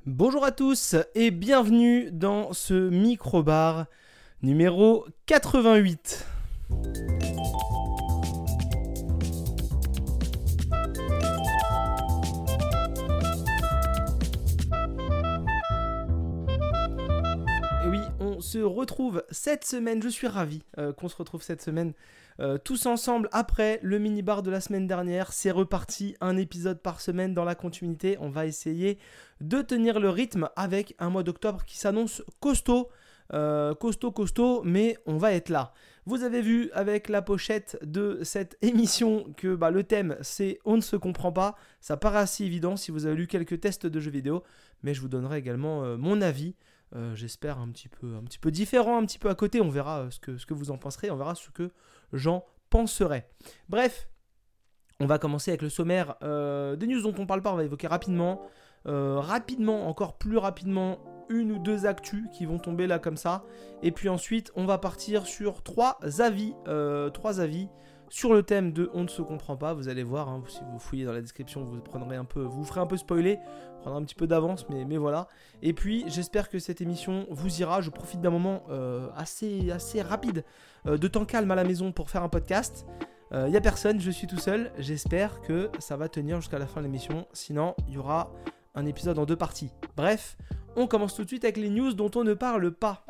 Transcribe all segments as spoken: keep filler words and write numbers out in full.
Bonjour à tous et bienvenue dans ce micro-bar numéro quatre-vingt-huit. Et oui, on se retrouve cette semaine, je suis ravi euh, qu'on se retrouve cette semaine euh, tous ensemble après le mini-bar de la semaine dernière. C'est reparti, un épisode par semaine dans la continuité. On va essayer de tenir le rythme avec un mois d'octobre qui s'annonce costaud, euh, costaud, costaud, mais on va être là. Vous avez vu avec la pochette de cette émission que bah, le thème c'est « On ne se comprend pas ». Ça paraît assez évident si vous avez lu quelques tests de jeux vidéo, mais je vous donnerai également euh, mon avis. Euh, j'espère un petit peu, un petit peu différent, un petit peu à côté. On verra euh, ce que, ce que vous en penserez, on verra ce que j'en penserai. Bref, on va commencer avec le sommaire euh, des news dont on parle pas. On va évoquer rapidement, euh, rapidement, encore plus rapidement, une ou deux actus qui vont tomber là comme ça. Et puis ensuite, on va partir sur trois avis, euh, trois avis sur le thème de On ne se comprend pas. Vous allez voir, hein, si vous fouillez dans la description, vous prendrez un peu, vous, vous ferez un peu spoiler, vous prendrez un petit peu d'avance, mais, mais voilà. Et puis, j'espère que cette émission vous ira. Je profite d'un moment euh, assez, assez rapide, euh, de temps calme à la maison pour faire un podcast. Il euh, n'y a personne, je suis tout seul. J'espère que ça va tenir jusqu'à la fin de l'émission. Sinon, il y aura un épisode en deux parties. Bref, on commence tout de suite avec les news dont on ne parle pas.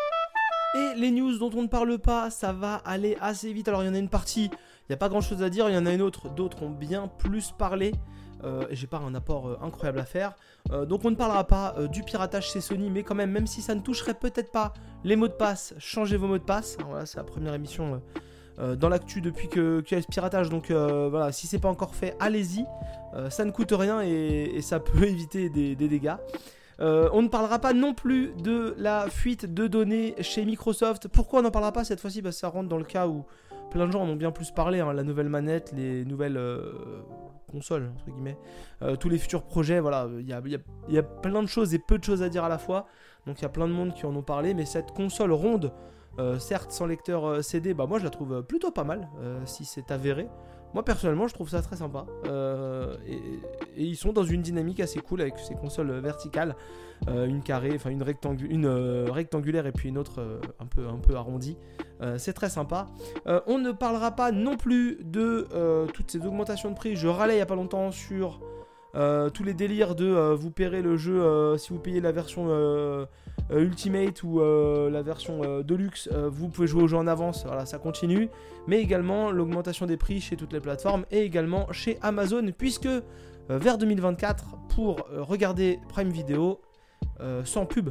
Et les news dont on ne parle pas, ça va aller assez vite. Alors il y en a une partie, il n'y a pas grand chose à dire. Il y en a une autre, d'autres ont bien plus parlé. Euh, et j'ai pas un apport euh, incroyable à faire. Euh, donc on ne parlera pas euh, du piratage chez Sony, mais quand même, même si ça ne toucherait peut-être pas les mots de passe, changez vos mots de passe. Alors voilà, c'est la première émission euh, euh, dans l'actu depuis que, qu'il y a ce piratage. Donc euh, voilà, si c'est pas encore fait, allez-y. Euh, ça ne coûte rien et, et ça peut éviter des, des dégâts. Euh, on ne parlera pas non plus de la fuite de données chez Microsoft. Pourquoi on n'en parlera pas cette fois-ci ? Parce que ça rentre dans le cas où plein de gens en ont bien plus parlé, hein, la nouvelle manette, les nouvelles euh, consoles, entre guillemets, euh, tous les futurs projets, voilà, il y a, y, a, y a plein de choses et peu de choses à dire à la fois. Donc il y a plein de monde qui en ont parlé, mais cette console ronde, euh, certes sans lecteur euh, C D, bah moi je la trouve plutôt pas mal, euh, si c'est avéré. Moi personnellement je trouve ça très sympa euh, et, et ils sont dans une dynamique assez cool avec ces consoles verticales, euh, une carrée, enfin une, rectangu- une euh, rectangulaire et puis une autre euh, un, peu, un peu arrondie. Euh, c'est très sympa. Euh, on ne parlera pas non plus de euh, toutes ces augmentations de prix. Je râlais il n'y a pas longtemps sur euh, tous les délires de euh, vous paierez le jeu euh, si vous payez la version euh, euh, Ultimate ou euh, la version euh, Deluxe, euh, vous pouvez jouer au jeu en avance. Voilà, ça continue. Mais également l'augmentation des prix chez toutes les plateformes et également chez Amazon, puisque euh, vers deux mille vingt-quatre, pour euh, regarder Prime Video euh, sans pub,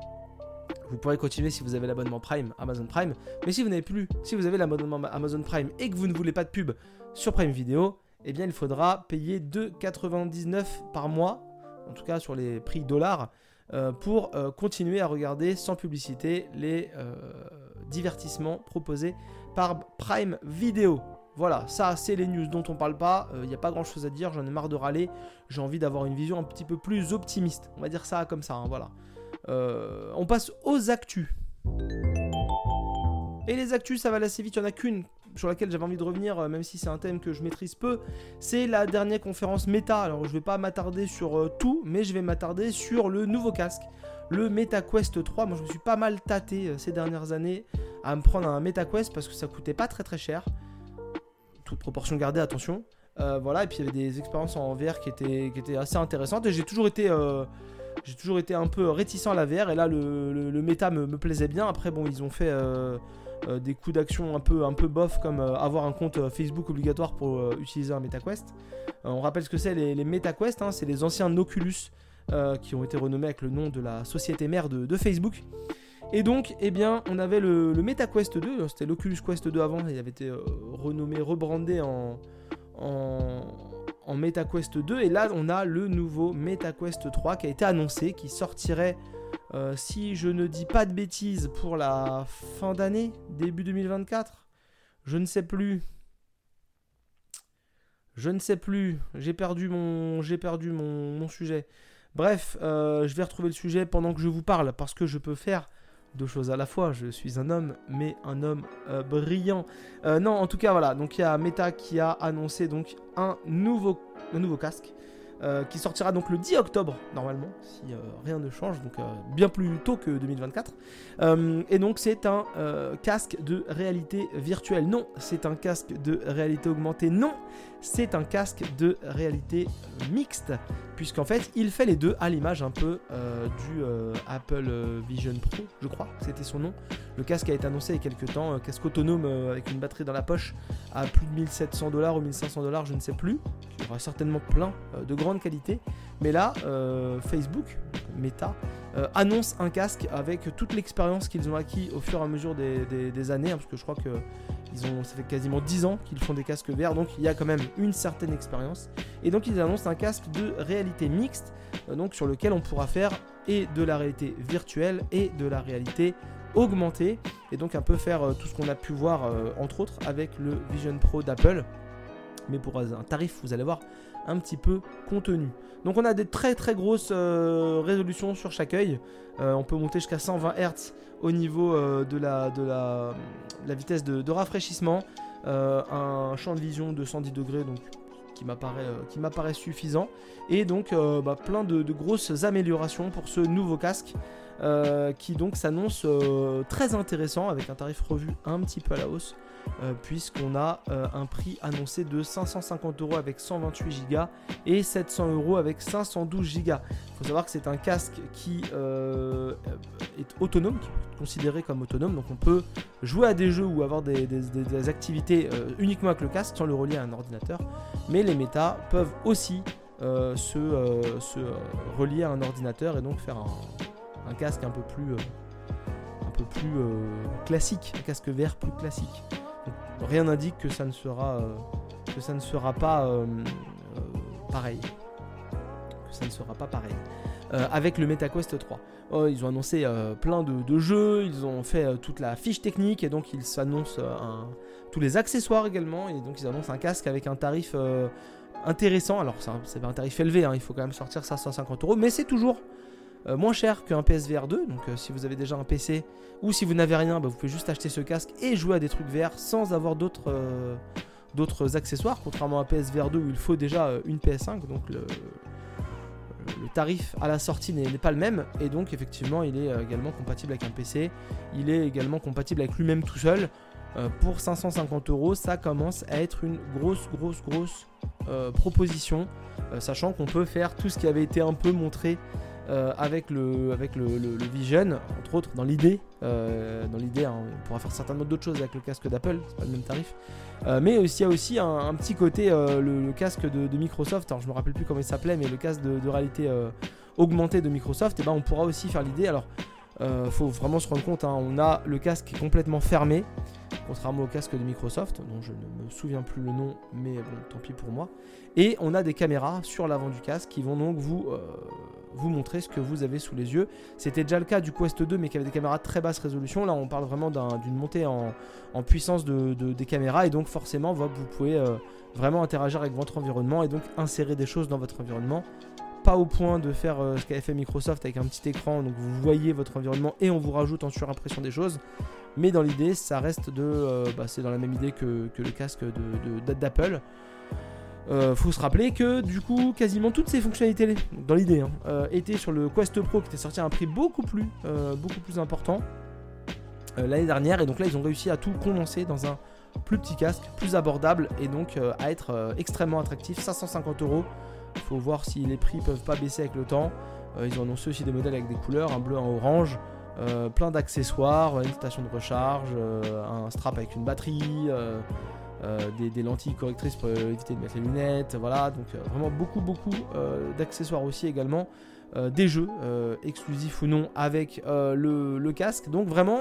vous pourrez continuer si vous avez l'abonnement Prime, Amazon Prime. Mais si vous n'avez plus, si vous avez l'abonnement Amazon Prime et que vous ne voulez pas de pub sur Prime Video, eh bien il faudra payer deux euros quatre-vingt-dix-neuf par mois, en tout cas sur les prix dollars, euh, pour euh, continuer à regarder sans publicité les euh, divertissements proposés par Prime Video. Voilà, ça c'est les news dont on parle pas, il euh, n'y a pas grand chose à dire, j'en ai marre de râler, j'ai envie d'avoir une vision un petit peu plus optimiste, on va dire ça comme ça, hein, voilà. Euh, on passe aux actus. Et les actus, ça va aller assez vite. Il n'y en a qu'une sur laquelle j'avais envie de revenir, même si c'est un thème que je maîtrise peu. C'est la dernière conférence méta. Alors, je ne vais pas m'attarder sur euh, tout, mais je vais m'attarder sur le nouveau casque, le MetaQuest trois. Moi, je me suis pas mal tâté euh, ces dernières années à me prendre un MetaQuest parce que ça coûtait pas très très cher. Toute proportion gardée, attention. Euh, voilà, et puis il y avait des expériences en V R qui étaient, qui étaient assez intéressantes. Et j'ai toujours été... Euh, J'ai toujours été un peu réticent à la V R et là le, le, le méta me, me plaisait bien. Après bon, ils ont fait euh, euh, des coups d'action un peu, un peu bof, comme euh, avoir un compte Facebook obligatoire pour euh, utiliser un MetaQuest. Euh, on rappelle ce que c'est les, les MetaQuest, hein, c'est les anciens Oculus euh, qui ont été renommés avec le nom de la société mère de, de Facebook. Et donc, eh bien, on avait le, le MetaQuest deux, c'était l'Oculus Quest deux avant, il avait été euh, renommé, rebrandé en... en en MetaQuest deux, et là on a le nouveau MetaQuest trois qui a été annoncé, qui sortirait, euh, si je ne dis pas de bêtises, pour la fin d'année, début deux mille vingt-quatre, je ne sais plus, je ne sais plus, j'ai perdu mon, j'ai perdu mon, mon sujet. Bref, euh, je vais retrouver le sujet pendant que je vous parle, parce que je peux faire deux choses à la fois. Je suis un homme, mais un homme euh, brillant. Euh, non, en tout cas, voilà. Donc, il y a Meta qui a annoncé donc un nouveau, un nouveau casque euh, qui sortira donc le dix octobre normalement, si euh, rien ne change, donc euh, bien plus tôt que deux mille vingt-quatre. Euh, et donc c'est un euh, casque de réalité virtuelle. Non, c'est un casque de réalité augmentée. Non, c'est un casque de réalité mixte, puisqu'en fait il fait les deux, à l'image un peu euh, du euh, Apple Vision Pro, je crois que c'était son nom. Le casque a été annoncé il y a quelques temps, euh, casque autonome euh, avec une batterie dans la poche à plus de mille sept cents dollars ou mille cinq cents dollars, je ne sais plus. Il y aura certainement plein euh, de grande qualité. Mais là, euh, Facebook, Meta, euh, annonce un casque avec toute l'expérience qu'ils ont acquis au fur et à mesure des, des, des années, hein, parce que je crois que ils ont, ça fait quasiment dix ans qu'ils font des casques V R, donc il y a quand même une certaine expérience. Et donc ils annoncent un casque de réalité mixte, euh, donc sur lequel on pourra faire et de la réalité virtuelle et de la réalité augmentée, et donc un peu faire euh, tout ce qu'on a pu voir euh, entre autres avec le Vision Pro d'Apple, mais pour un tarif, vous allez voir, un petit peu contenu. Donc on a des très très grosses euh, résolutions sur chaque œil. Euh, on peut monter jusqu'à cent vingt hertz au niveau euh, de, la, de, la, de la vitesse de, de rafraîchissement. Euh, un champ de vision de cent dix degrés, donc qui m'apparaît, euh, qui m'apparaît suffisant. Et donc euh, bah, plein de, de grosses améliorations pour ce nouveau casque. Euh, qui donc s'annonce euh, très intéressant, avec un tarif revu un petit peu à la hausse, euh, puisqu'on a euh, un prix annoncé de cinq cent cinquante euros avec cent vingt-huit gigas et sept cents euros avec cinq cent douze gigas. Il faut savoir que c'est un casque qui euh, est autonome, qui est considéré comme autonome, donc on peut jouer à des jeux ou avoir des, des, des, des activités euh, uniquement avec le casque sans le relier à un ordinateur, mais les Meta peuvent aussi euh, se, euh, se euh, relier à un ordinateur et donc faire un un casque un peu plus, euh, un peu plus euh, classique, un casque V R plus classique. Donc, rien n'indique que ça ne sera, euh, que ça ne sera pas euh, euh, pareil. Que ça ne sera pas pareil. Euh, avec le MetaQuest trois. Oh, ils ont annoncé euh, plein de, de jeux, ils ont fait euh, toute la fiche technique, et donc ils s'annoncent euh, un, tous les accessoires également, et donc ils annoncent un casque avec un tarif euh, intéressant. Alors c'est, un, c'est un tarif élevé, hein, il faut quand même sortir ça à cent cinquante euros, mais c'est toujours Euh, moins cher qu'un P S V R deux, donc euh, si vous avez déjà un P C ou si vous n'avez rien, bah, vous pouvez juste acheter ce casque et jouer à des trucs V R sans avoir d'autres, euh, d'autres accessoires, contrairement à un P S V R deux où il faut déjà euh, une P S cinq, donc le, le tarif à la sortie n'est, n'est pas le même, et donc effectivement il est euh, également compatible avec un P C, il est également compatible avec lui-même tout seul. Euh, pour cinq cent cinquante euros, ça commence à être une grosse grosse grosse euh, proposition, euh, sachant qu'on peut faire tout ce qui avait été un peu montré Euh, avec, le, avec le, le, le Vision, entre autres, dans l'idée. Euh, dans l'idée, hein, on pourra faire certainement d'autres choses avec le casque d'Apple, c'est pas le même tarif. Euh, mais aussi, il y a aussi un, un petit côté, euh, le, le casque de, de Microsoft, alors je me rappelle plus comment il s'appelait, mais le casque de, de réalité euh, augmentée de Microsoft, et ben on pourra aussi faire l'idée. Alors, il euh, faut vraiment se rendre compte, hein, on a le casque qui est complètement fermé, contrairement au casque de Microsoft, dont je ne me souviens plus le nom, mais bon, tant pis pour moi. Et on a des caméras sur l'avant du casque qui vont donc vous, euh, vous montrer ce que vous avez sous les yeux. C'était déjà le cas du Quest deux, mais qui avait des caméras de très basse résolution. Là, on parle vraiment d'un, d'une montée en, en puissance de, de, des caméras, et donc forcément, vous pouvez euh, vraiment interagir avec votre environnement et donc insérer des choses dans votre environnement. Pas au point de faire euh, ce qu'avait fait Microsoft avec un petit écran, donc vous voyez votre environnement et on vous rajoute en surimpression des choses. Mais dans l'idée, ça reste de, euh, bah, c'est dans la même idée que, que le casque de, de, d'Apple. Euh, faut se rappeler que du coup, quasiment toutes ces fonctionnalités, dans l'idée, hein, euh, étaient sur le Quest Pro, qui était sorti à un prix beaucoup plus, euh, beaucoup plus important euh, l'année dernière. Et donc là, ils ont réussi à tout condenser dans un plus petit casque, plus abordable, et donc euh, à être euh, extrêmement attractif. cinq cent cinquante euros. Il faut voir si les prix peuvent pas baisser avec le temps. Euh, ils ont annoncé aussi des modèles avec des couleurs, un bleu, un orange, euh, plein d'accessoires, une station de recharge, euh, un strap avec une batterie, euh, euh, des, des lentilles correctrices pour éviter de mettre les lunettes, voilà. Donc euh, vraiment beaucoup beaucoup euh, d'accessoires aussi également, euh, des jeux euh, exclusifs ou non avec euh, le, le casque. Donc vraiment,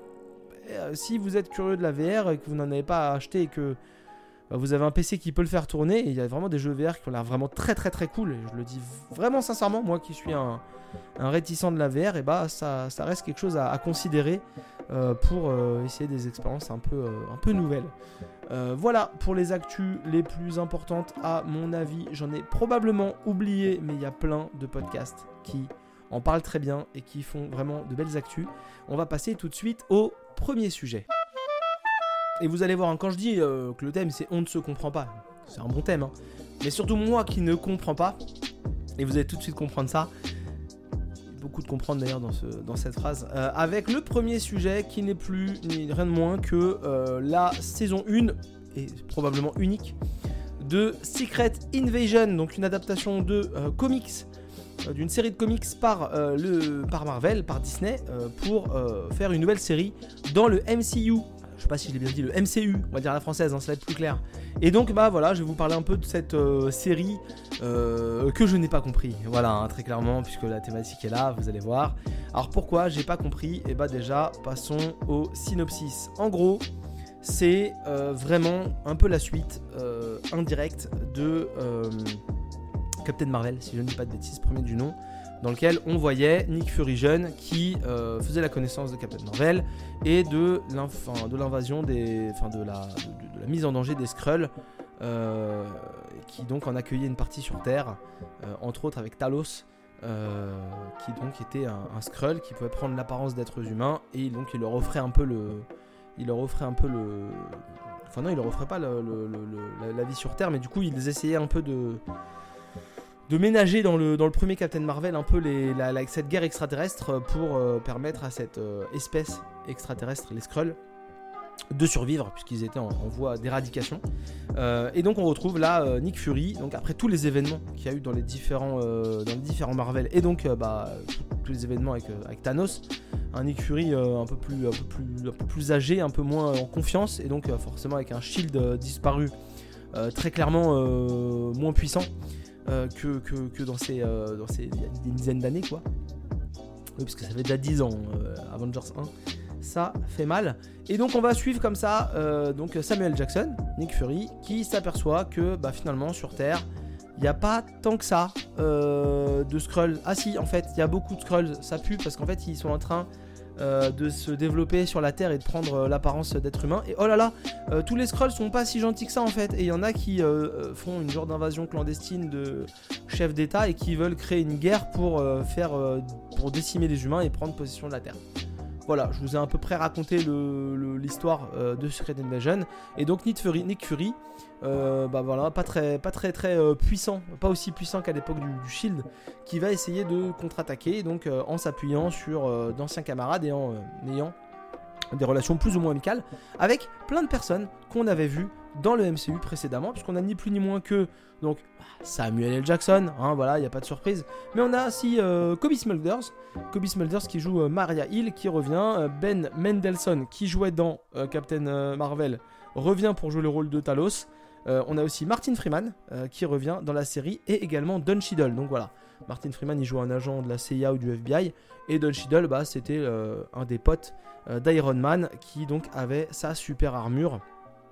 euh, si vous êtes curieux de la V R et que vous n'en avez pas acheté et que vous avez un P C qui peut le faire tourner, et il y a vraiment des jeux V R qui ont l'air vraiment très très très cool, et je le dis vraiment sincèrement, moi qui suis un, un réticent de la V R, et bah ça, ça reste quelque chose à, à considérer euh, pour euh, essayer des expériences un peu, euh, un peu nouvelles. Euh, voilà pour les actus les plus importantes à mon avis. J'en ai probablement oublié, mais il y a plein de podcasts qui en parlent très bien et qui font vraiment de belles actus. On va passer tout de suite au premier sujet. Et vous allez voir, hein, quand je dis euh, que le thème c'est on ne se comprend pas, c'est un bon thème, hein. Mais surtout moi qui ne comprends pas, et vous allez tout de suite comprendre ça, beaucoup de comprendre d'ailleurs dans, ce, dans cette phrase, euh, avec le premier sujet qui n'est plus ni rien de moins que euh, la saison un, et probablement unique, de Secret Invasion, donc une adaptation de euh, comics, euh, d'une série de comics par, euh, le, par Marvel, par Disney, euh, pour euh, faire une nouvelle série dans le M C U. Je sais pas si je l'ai bien dit, le M C U, on va dire à la française, hein, ça va être plus clair. Et donc bah voilà, je vais vous parler un peu de cette euh, série euh, que je n'ai pas compris. Voilà, hein, très clairement, puisque la thématique est là, vous allez voir. Alors pourquoi j'ai pas compris ? Et bah déjà, passons au synopsis. En gros, c'est euh, vraiment un peu la suite euh, indirecte de euh, Captain Marvel, si je ne dis pas de bêtises, premier du nom, dans lequel on voyait Nick Fury jeune qui euh, faisait la connaissance de Captain Marvel et de, de l'invasion des, enfin de la, de, de la mise en danger des Skrulls, euh, qui donc en accueillait une partie sur Terre, euh, entre autres avec Talos, euh, qui donc était un, un Skrull qui pouvait prendre l'apparence d'êtres humains, et donc il leur offrait un peu le, il leur offrait un peu le, enfin non, il leur offrait pas le, le, le, la, la vie sur Terre, mais du coup ils essayaient un peu de de ménager dans le, dans le premier Captain Marvel un peu les, la, la, cette guerre extraterrestre pour euh, permettre à cette euh, espèce extraterrestre, les Skrulls, de survivre, puisqu'ils étaient en, en voie d'éradication. Euh, et donc on retrouve là euh, Nick Fury, donc après tous les événements qu'il y a eu dans les différents, euh, dans les différents Marvel, et donc euh, bah, tous les événements avec, euh, avec Thanos, un Nick Fury euh, un, peu plus, un, peu plus, un peu plus âgé, un peu moins en confiance, et donc euh, forcément avec un shield euh, disparu, euh, très clairement euh, moins puissant. Euh, que, que, que dans ces, euh, dans ces il y a des dizaines d'années quoi. Oui, parce que ça fait déjà dix ans euh, Avengers un, ça fait mal. Et donc on va suivre comme ça euh, donc Samuel Jackson, Nick Fury, qui s'aperçoit que bah, finalement sur Terre il n'y a pas tant que ça euh, de Skrulls. Ah si, en fait il y a beaucoup de Skrulls, ça pue parce qu'en fait ils sont en train Euh, de se développer sur la Terre et de prendre euh, l'apparence d'être humain. Et oh là là, euh, tous les Skrulls sont pas si gentils que ça en fait. Et il y en a qui euh, font une genre d'invasion clandestine de chefs d'État et qui veulent créer une guerre pour euh, faire, euh, pour décimer les humains et prendre possession de la Terre. Voilà, je vous ai à peu près raconté le, le, l'histoire euh, de Secret Invasion. Et donc Nick Fury, Nick Fury euh, bah voilà, pas très, pas très, très euh, puissant, pas aussi puissant qu'à l'époque du, du Shield, qui va essayer de contre-attaquer, donc euh, en s'appuyant sur euh, d'anciens camarades et en euh, ayant des relations plus ou moins amicales avec plein de personnes qu'on avait vues dans le M C U précédemment, puisqu'on a ni plus ni moins que donc Samuel L. Jackson, hein, voilà, il n'y a pas de surprise, mais on a aussi euh, Cobie Smulders, Cobie Smulders qui joue euh, Maria Hill, qui revient, euh, Ben Mendelsohn qui jouait dans euh, Captain euh, Marvel revient pour jouer le rôle de Talos. Euh, on a aussi Martin Freeman euh, qui revient dans la série, et également Don Cheadle. Donc voilà, Martin Freeman il joue un agent de la C I A ou du F B I, et Don Cheadle bah, c'était euh, un des potes euh, d'Iron Man qui donc avait sa super armure.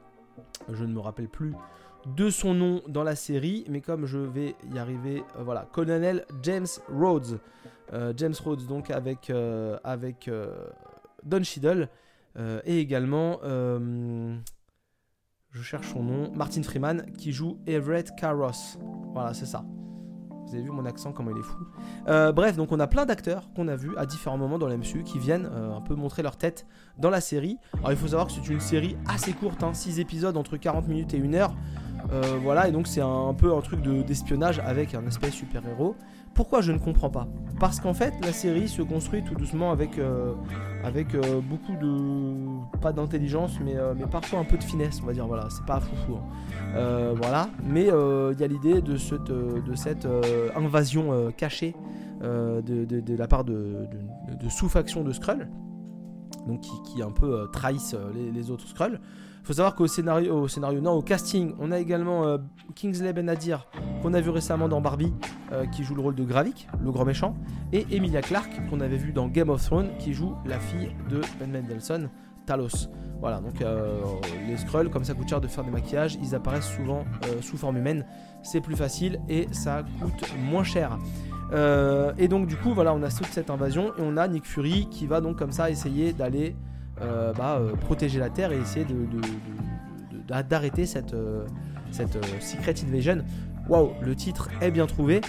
Je ne me rappelle plus de son nom dans la série, mais comme je vais y arriver, euh, voilà, Colonel James Rhodes, euh, James Rhodes donc avec, euh, avec euh, Don Cheadle, euh, et également euh, je cherche son nom, Martin Freeman qui joue Everett Carros. Voilà, c'est ça. Vous avez vu mon accent, comment il est fou. Euh, bref, donc on a plein d'acteurs qu'on a vus à différents moments dans l'M C U qui viennent euh, un peu montrer leur tête dans la série. Alors il faut savoir que c'est une série assez courte, hein, six épisodes entre quarante minutes et une heure. Euh, voilà, et donc c'est un, un peu un truc de, d'espionnage avec un aspect super-héros. Pourquoi je ne comprends pas ? Parce qu'en fait, la série se construit tout doucement avec, euh, avec euh, beaucoup de... pas d'intelligence, mais, euh, mais parfois un peu de finesse, on va dire. Voilà, c'est pas foufou. Hein. Euh, voilà, mais il euh, y a l'idée de cette, de cette euh, invasion euh, cachée euh, de, de, de la part de, de, de sous-factions de Skrull, donc qui, qui un peu euh, trahissent les, les autres Skrulls. Il faut savoir qu'au scénario, au scénario, non, au casting, on a également euh, Kingsley Ben-Adir, qu'on a vu récemment dans Barbie, euh, qui joue le rôle de Gravik, le grand méchant, et Emilia Clarke, qu'on avait vu dans Game of Thrones, qui joue la fille de Ben Mendelsohn, Talos. Voilà, donc euh, les Skrulls, comme ça coûte cher de faire des maquillages, ils apparaissent souvent euh, sous forme humaine, c'est plus facile et ça coûte moins cher. Euh, et donc du coup, voilà, on a toute cette invasion et on a Nick Fury qui va donc comme ça essayer d'aller Euh, bah, euh, protéger la Terre et essayer de, de, de, de, d'arrêter cette, euh, cette euh, Secret Invasion. Waouh, le titre est bien trouvé.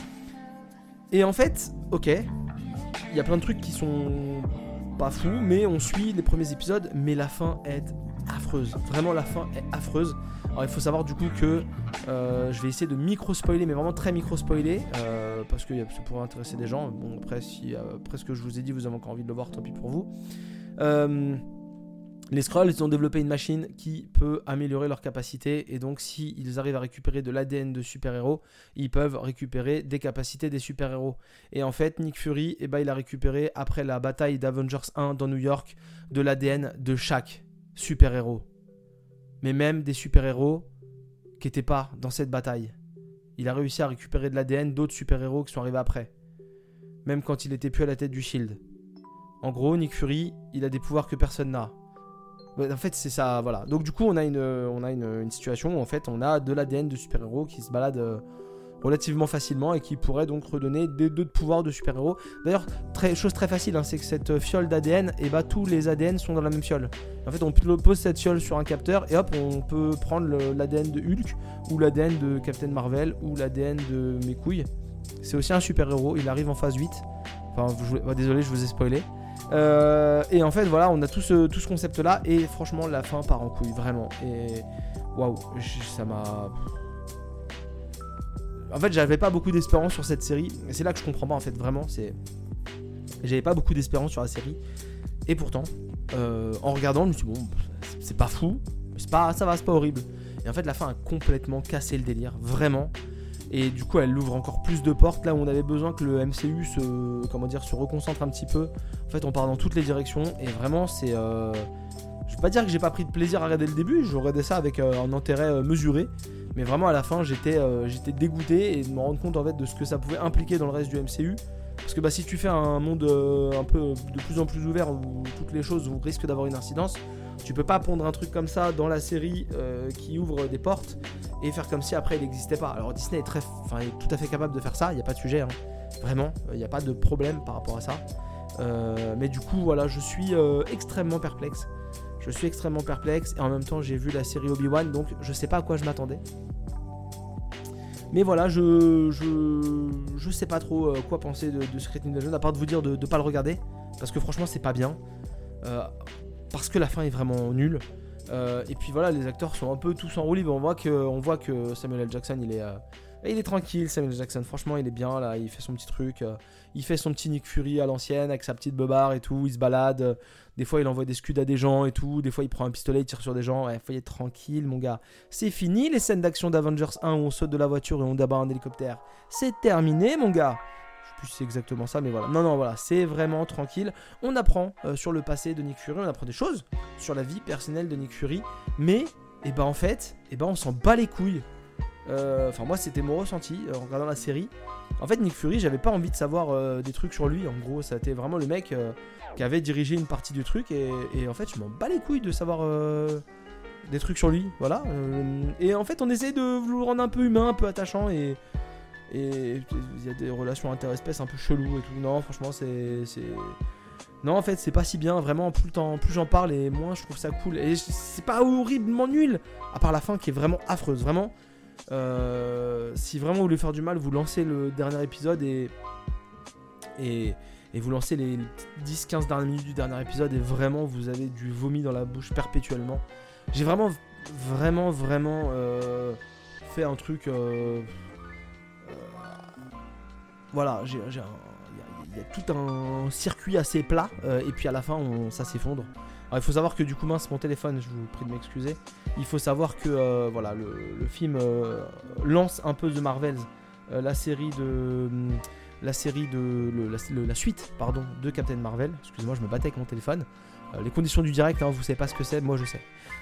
Et en fait, ok, il y a plein de trucs qui sont pas fous, mais on suit les premiers épisodes, mais la fin est affreuse. Vraiment, la fin est affreuse. Alors il faut savoir du coup que euh, je vais essayer de micro-spoiler, mais vraiment très micro-spoiler, euh, parce que ça pourrait intéresser des gens. Bon, après, si, euh, après ce que je vous ai dit, vous avez encore envie de le voir, tant pis pour vous. Euh, les Skrulls, ils ont développé une machine qui peut améliorer leurs capacités, et donc s'ils arrivent à récupérer de l'A D N de super-héros, ils peuvent récupérer des capacités des super-héros. Et en fait, Nick Fury, eh ben, il a récupéré, après la bataille d'Avengers un dans New York, de l'A D N de chaque super-héros. Mais même des super-héros qui n'étaient pas dans cette bataille. Il a réussi à récupérer de l'A D N d'autres super-héros qui sont arrivés après. Même quand il n'était plus à la tête du Shield. En gros, Nick Fury, il a des pouvoirs que personne n'a. En fait, c'est ça, voilà. Donc du coup, on a une, on a une, une situation où en fait, on a de l'A D N de super-héros qui se baladent euh, relativement facilement et qui pourraient donc redonner des deux pouvoirs de super-héros. D'ailleurs, très, chose très facile, hein, c'est que cette fiole d'A D N, et bah tous les A D N sont dans la même fiole. En fait, on pose cette fiole sur un capteur et hop, on peut prendre l'A D N de Hulk ou l'A D N de Captain Marvel ou l'A D N de mes couilles. C'est aussi un super-héros, il arrive en phase huit. Enfin, je, bah, désolé, je vous ai spoilé. Euh, et en fait voilà, on a tout ce, tout ce concept là, et franchement la fin part en couille vraiment, et waouh, ça m'a, en fait j'avais pas beaucoup d'espérance sur cette série, et c'est là que je comprends pas en fait vraiment, c'est, j'avais pas beaucoup d'espérance sur la série, et pourtant euh, en regardant je me suis dit bon, c'est pas fou, c'est pas, ça va, c'est pas horrible, et en fait la fin a complètement cassé le délire, vraiment. Et du coup, elle ouvre encore plus de portes là où on avait besoin que le M C U se, comment dire, se reconcentre un petit peu. En fait, on part dans toutes les directions et vraiment, c'est. Euh... Je vais pas dire que j'ai pas pris de plaisir à regarder le début. Je regardais ça avec euh, un intérêt euh, mesuré, mais vraiment à la fin, j'étais, euh, j'étais dégoûté et de me rendre compte en fait de ce que ça pouvait impliquer dans le reste du M C U. Parce que bah, si tu fais un monde euh, un peu de plus en plus ouvert où toutes les choses risquent d'avoir une incidence, tu peux pas pondre un truc comme ça dans la série euh, qui ouvre des portes et faire comme si après il n'existait pas. Alors Disney est, très, enfin, est tout à fait capable de faire ça, il n'y a pas de sujet, hein. Vraiment, il n'y a pas de problème par rapport à ça. Euh, mais du coup, voilà, je suis euh, extrêmement perplexe. Je suis extrêmement perplexe et en même temps, j'ai vu la série Obi-Wan, donc je sais pas à quoi je m'attendais. Mais voilà, je, je, je sais pas trop euh, quoi penser de, de Secret Invasion, à part de vous dire de ne pas le regarder, parce que franchement, c'est pas bien. Euh, parce que la fin est vraiment nulle. Euh, et puis voilà, les acteurs sont un peu tous en roue libre. On voit que, on voit que Samuel L. Jackson, il est, euh, il est tranquille. Samuel L. Jackson, franchement, il est bien là. Il fait son petit truc. Euh, il fait son petit Nick Fury à l'ancienne avec sa petite beubare et tout. Il se balade. Euh, des fois, il envoie des scuds à des gens et tout. Des fois, il prend un pistolet, il tire sur des gens. Ouais, faut y être tranquille, mon gars. C'est fini les scènes d'action d'Avengers un où on saute de la voiture et on débarque un hélicoptère. C'est terminé, mon gars. Je sais plus si c'est exactement ça, mais voilà. Non, non, voilà, c'est vraiment tranquille. On apprend euh, sur le passé de Nick Fury, on apprend des choses sur la vie personnelle de Nick Fury, mais, et eh ben en fait, et eh ben on s'en bat les couilles. Enfin, euh, moi, c'était mon ressenti euh, en regardant la série. En fait, Nick Fury, j'avais pas envie de savoir euh, des trucs sur lui. En gros, ça a été vraiment le mec euh, qui avait dirigé une partie du truc, et, et en fait, je m'en bats les couilles de savoir euh, des trucs sur lui. Voilà. Euh, et en fait, on essaie de le rendre un peu humain, un peu attachant, et. Et il y a des relations interespèces un peu chelou et tout. Non, franchement, c'est, c'est... Non, en fait, c'est pas si bien. Vraiment, plus, le temps, plus j'en parle et moins je trouve ça cool. Et c'est pas horriblement nul, à part la fin qui est vraiment affreuse. Vraiment, euh, si vraiment vous voulez faire du mal, vous lancez le dernier épisode et... Et, et vous lancez les dix quinze dernières minutes du dernier épisode et vraiment, vous avez du vomi dans la bouche perpétuellement. J'ai vraiment, vraiment, vraiment euh, fait un truc... Euh, Voilà, j'ai, j'ai il y, y a tout un circuit assez plat euh, et puis à la fin on, ça s'effondre. Alors il faut savoir que du coup mince mon téléphone, je vous prie de m'excuser. Il faut savoir que euh, voilà le, le film euh, lance un peu The Marvels, euh, la série de la série de le, la, le, la suite pardon de Captain Marvel. Excusez-moi, je me battais avec mon téléphone. Euh, les conditions du direct, hein, vous savez pas ce que c'est, moi je sais.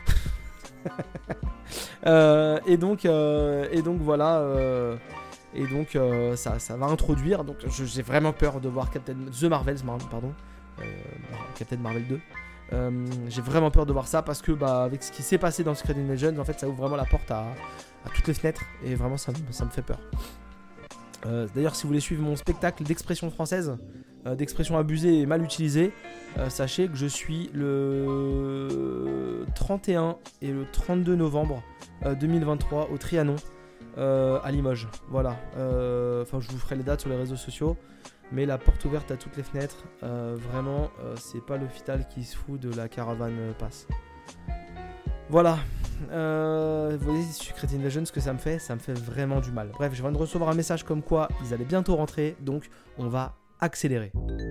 euh, et donc euh, et donc voilà. Euh, Et donc euh, ça, ça va introduire, donc je, j'ai vraiment peur de voir Captain The Marvels, pardon, euh, Captain Marvel deux. Euh, j'ai vraiment peur de voir ça parce que bah, avec ce qui s'est passé dans Secret Invasion, en fait ça ouvre vraiment la porte à, à toutes les fenêtres et vraiment ça, ça me fait peur. Euh, d'ailleurs, si vous voulez suivre mon spectacle d'expression française, euh, d'expression abusée et mal utilisée, euh, sachez que je suis le trente et un et le trente-deux novembre euh, deux mille vingt-trois au Trianon. Euh, à Limoges, voilà. Enfin, euh, je vous ferai les dates sur les réseaux sociaux, mais la porte ouverte à toutes les fenêtres. Euh, vraiment, euh, c'est pas l'hôpital qui se fout de la caravane passe. Voilà. euh, vous voyez Secret Invasion, ce que ça me fait, ça me fait vraiment du mal. Bref, je viens de recevoir un message comme quoi ils allaient bientôt rentrer, donc on va accélérer.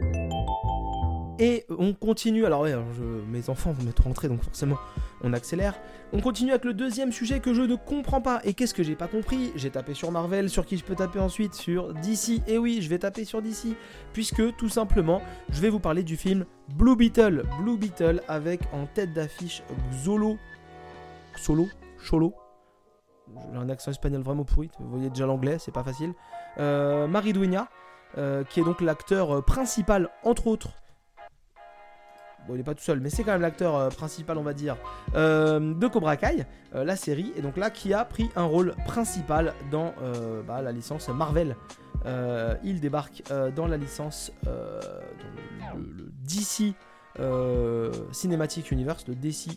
Et on continue, alors ouais, alors je, mes enfants vont bientôt rentrer, donc forcément on accélère. On continue avec le deuxième sujet que je ne comprends pas. Et qu'est-ce que j'ai pas compris? J'ai tapé sur Marvel, sur qui je peux taper ensuite? Sur D C. Et oui, je vais taper sur D C, puisque tout simplement, je vais vous parler du film Blue Beetle. Blue Beetle avec en tête d'affiche Xolo. Solo Cholo. J'ai un accent espagnol vraiment pourri, vous voyez déjà l'anglais, c'est pas facile. Euh, Marie Dueña, euh, qui est donc l'acteur principal, entre autres. Bon, il n'est pas tout seul, mais c'est quand même l'acteur euh, principal, on va dire, euh, de Cobra Kai, euh, la série. Et donc là, qui a pris un rôle principal dans euh, bah, la licence Marvel. Euh, il débarque euh, dans la licence euh, dans le, le, le D C euh, Cinematic Universe, le D C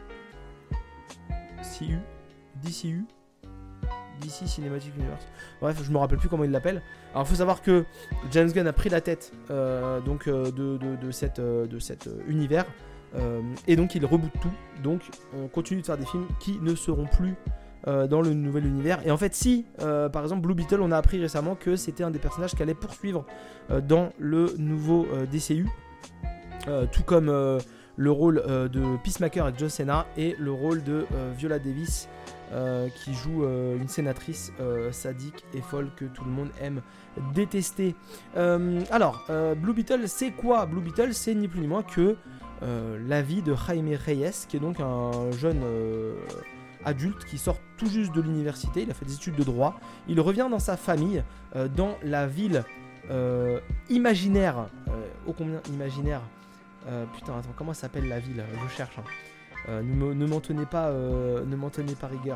C U, D C U, D C Cinematic Universe. Bref, je me rappelle plus comment il l'appelle. Alors, il faut savoir que James Gunn a pris la tête euh, donc euh, de, de, de cette euh, de cet euh, univers euh, et donc il reboot tout. Donc, on continue de faire des films qui ne seront plus euh, dans le nouvel univers. Et en fait, si euh, par exemple Blue Beetle, on a appris récemment que c'était un des personnages qui allait poursuivre euh, dans le nouveau euh, D C U, euh, tout comme euh, le rôle euh, de Peacemaker avec John Cena et le rôle de euh, Viola Davis. Euh, qui joue euh, une sénatrice euh, sadique et folle que tout le monde aime détester. Euh, alors, euh, Blue Beetle, c'est quoi? Blue Beetle, c'est ni plus ni moins que euh, la vie de Jaime Reyes, qui est donc un jeune euh, adulte qui sort tout juste de l'université. Il a fait des études de droit. Il revient dans sa famille, euh, dans la ville euh, imaginaire. Euh, ô combien imaginaire euh, Putain, attends, comment s'appelle la ville? Je cherche. Hein. Euh, ne, ne m'en tenez pas, euh, ne m'en tenez pas rigueur.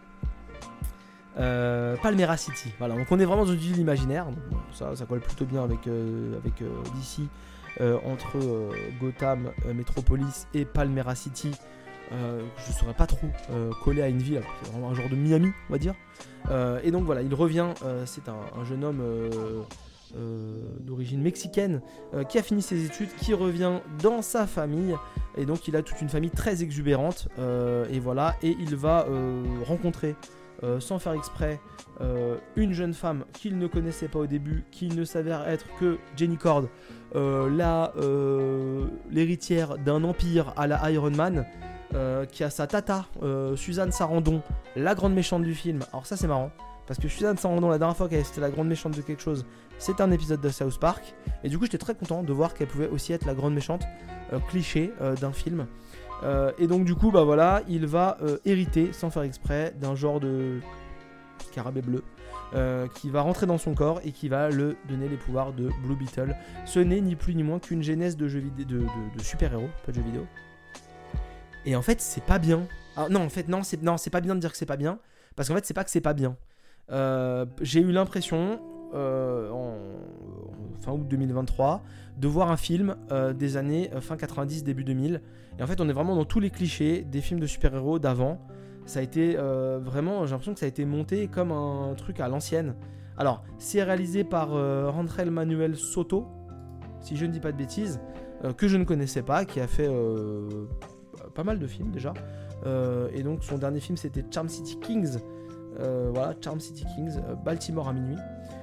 Euh, Palmera City. Voilà, donc on est vraiment dans une ville imaginaire. Donc, ça, ça colle plutôt bien avec euh, avec euh, D C euh, entre euh, Gotham, euh, Metropolis et Palmera City. Euh, je ne saurais pas trop euh, coller à une ville. C'est vraiment un genre de Miami, on va dire. Euh, et donc voilà, il revient. Euh, c'est un, un jeune homme. Euh, Euh, d'origine mexicaine euh, qui a fini ses études, qui revient dans sa famille et donc il a toute une famille très exubérante euh, et voilà, et il va euh, rencontrer euh, sans faire exprès euh, une jeune femme qu'il ne connaissait pas au début, qui ne s'avère être que Jenny Cord, euh, la, euh, l'héritière d'un empire à la Iron Man, euh, qui a sa tata euh, Suzanne Sarandon, la grande méchante du film. Alors ça c'est marrant parce que Suzanne Sarandon, la dernière fois qu'elle était la grande méchante de quelque chose, c'était un épisode de South Park. Et du coup, j'étais très content de voir qu'elle pouvait aussi être la grande méchante euh, cliché euh, d'un film. Euh, et donc, du coup, bah voilà, il va euh, hériter, sans faire exprès, d'un genre de scarabée bleu euh, qui va rentrer dans son corps et qui va le donner les pouvoirs de Blue Beetle. Ce n'est ni plus ni moins qu'une genèse de, jeux vidéo, de, de, de super-héros, pas de jeux vidéo. Et en fait, c'est pas bien. Ah, non, en fait, non c'est, non, c'est pas bien de dire que c'est pas bien. Parce qu'en fait, c'est pas que c'est pas bien. Euh, j'ai eu l'impression, euh, en, en fin août deux mille vingt-trois, de voir un film euh, des années euh, fin quatre-vingt-dix, début deux mille. Et en fait, on est vraiment dans tous les clichés des films de super-héros d'avant. Ça a été euh, vraiment, j'ai l'impression que ça a été monté comme un truc à l'ancienne. Alors, c'est réalisé par euh, Randrel Manuel Soto, si je ne dis pas de bêtises, euh, que je ne connaissais pas, qui a fait euh, pas mal de films déjà. Euh, et donc, son dernier film, c'était Charm City Kings. Euh, voilà, Charm City Kings, euh, Baltimore à minuit.